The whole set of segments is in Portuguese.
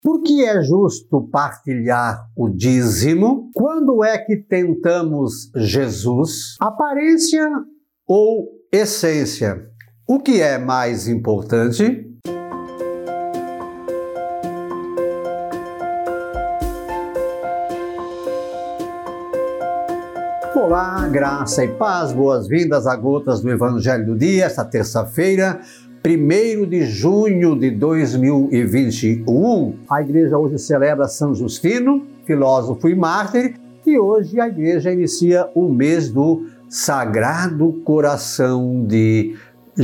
Por que é justo partilhar o dízimo? Quando é que tentamos Jesus? Aparência ou essência? O que é mais importante? Olá, graça e paz, boas-vindas a Gotas do Evangelho do Dia, esta terça-feira, 1º de junho de 2021. A igreja hoje celebra São Justino, filósofo e mártir, e hoje a igreja inicia o mês do Sagrado Coração de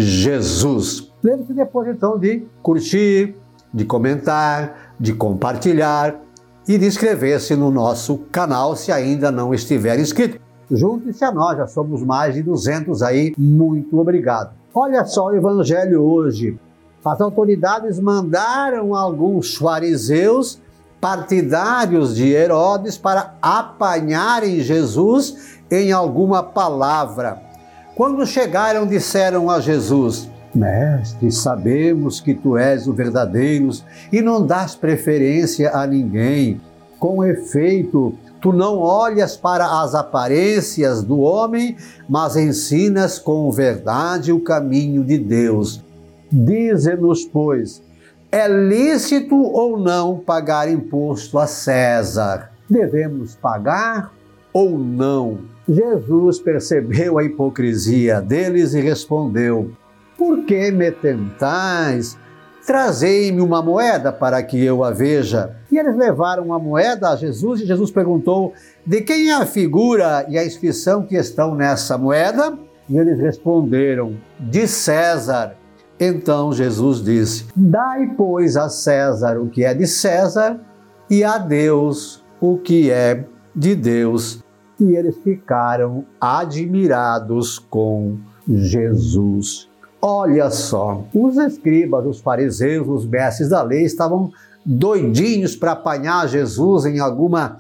Jesus. Lembre-se depois então de curtir, de comentar, de compartilhar e de inscrever-se no nosso canal se ainda não estiver inscrito. Junte-se a nós, já somos mais de 200 aí, muito obrigado. Olha só o evangelho hoje. As autoridades mandaram alguns fariseus partidários de Herodes para apanharem Jesus em alguma palavra. Quando chegaram, disseram a Jesus: Mestre, sabemos que tu és o verdadeiro e não dás preferência a ninguém. Com efeito, tu não olhas para as aparências do homem, mas ensinas com verdade o caminho de Deus. Dize-nos, pois, é lícito ou não pagar imposto a César? Devemos pagar ou não? Jesus percebeu a hipocrisia deles e respondeu: Por que me tentais? Trazei-me uma moeda para que eu a veja. E eles levaram uma moeda a Jesus e Jesus perguntou: De quem é a figura e a inscrição que estão nessa moeda? E eles responderam: De César. Então Jesus disse: Dai, pois, a César o que é de César e a Deus o que é de Deus. E eles ficaram admirados com Jesus. Olha só, os escribas, os fariseus, os mestres da lei estavam doidinhos para apanhar Jesus em alguma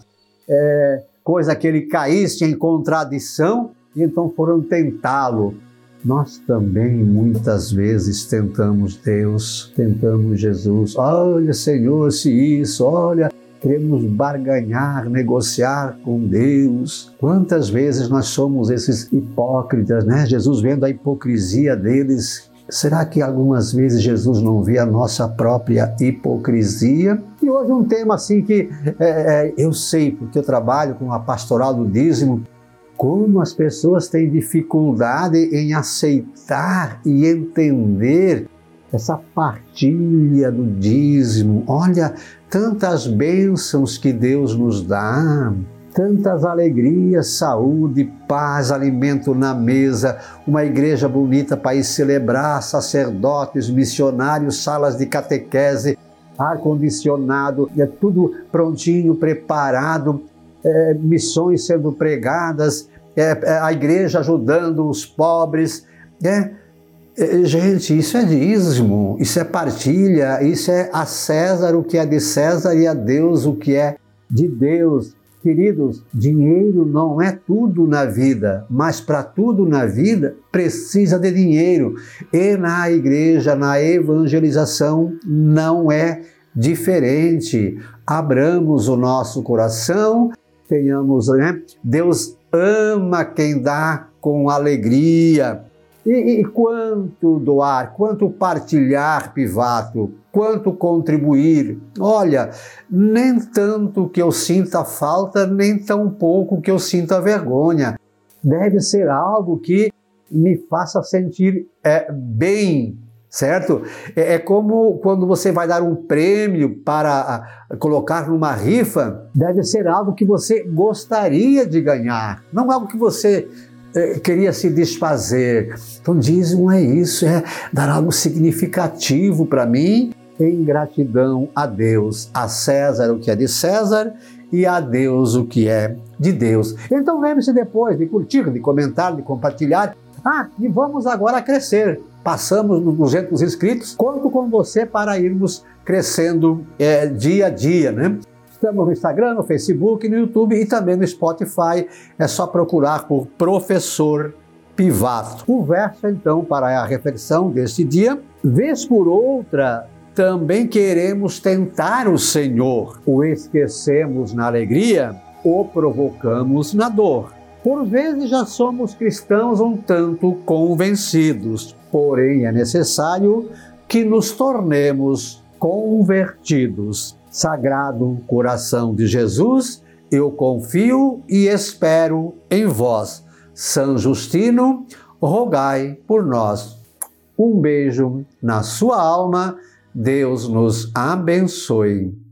coisa que ele caísse em contradição, e então foram tentá-lo. Nós também muitas vezes tentamos Deus, tentamos Jesus. Olha, Senhor, se isso, olha, queremos barganhar, negociar com Deus. Quantas vezes nós somos esses hipócritas, né? Jesus vendo a hipocrisia deles. Será que algumas vezes Jesus não vê a nossa própria hipocrisia? E hoje um tema assim que eu sei, porque eu trabalho com a pastoral do dízimo, como as pessoas têm dificuldade em aceitar e entender essa partilha do dízimo. Olha, tantas bênçãos que Deus nos dá, tantas alegrias, saúde, paz, alimento na mesa, uma igreja bonita para ir celebrar, sacerdotes, missionários, salas de catequese, ar-condicionado, tudo prontinho, preparado, missões sendo pregadas, a igreja ajudando os pobres, Gente, isso é dízimo, isso é partilha, isso é a César o que é de César e a Deus o que é de Deus. Queridos, dinheiro não é tudo na vida, mas para tudo na vida precisa de dinheiro. E na igreja, na evangelização, não é diferente. Abramos o nosso coração, tenhamos, Deus ama quem dá com alegria. E quanto doar, quanto partilhar, Pivato, quanto contribuir? Olha, nem tanto que eu sinta falta, nem tão pouco que eu sinta vergonha. Deve ser algo que me faça sentir bem, certo? É como quando você vai dar um prêmio para colocar numa rifa, deve ser algo que você gostaria de ganhar, não algo que você queria se desfazer. Então dízimo é isso, é dar algo significativo para mim em gratidão a Deus, a César o que é de César e a Deus o que é de Deus. Então lembre-se depois de curtir, de comentar, de compartilhar. E vamos agora crescer. Passamos nos 200 inscritos. Conto com você para irmos crescendo dia a dia, né? Estamos no Instagram, no Facebook, no YouTube e também no Spotify. É só procurar por Professor Pivato. O verso, então, para a reflexão deste dia: vez por outra também queremos tentar o Senhor. O esquecemos na alegria, o provocamos na dor. Por vezes já somos cristãos um tanto convencidos, porém é necessário que nos tornemos convertidos. Sagrado coração de Jesus, eu confio e espero em vós. São Justino, rogai por nós. Um beijo na sua alma, Deus nos abençoe.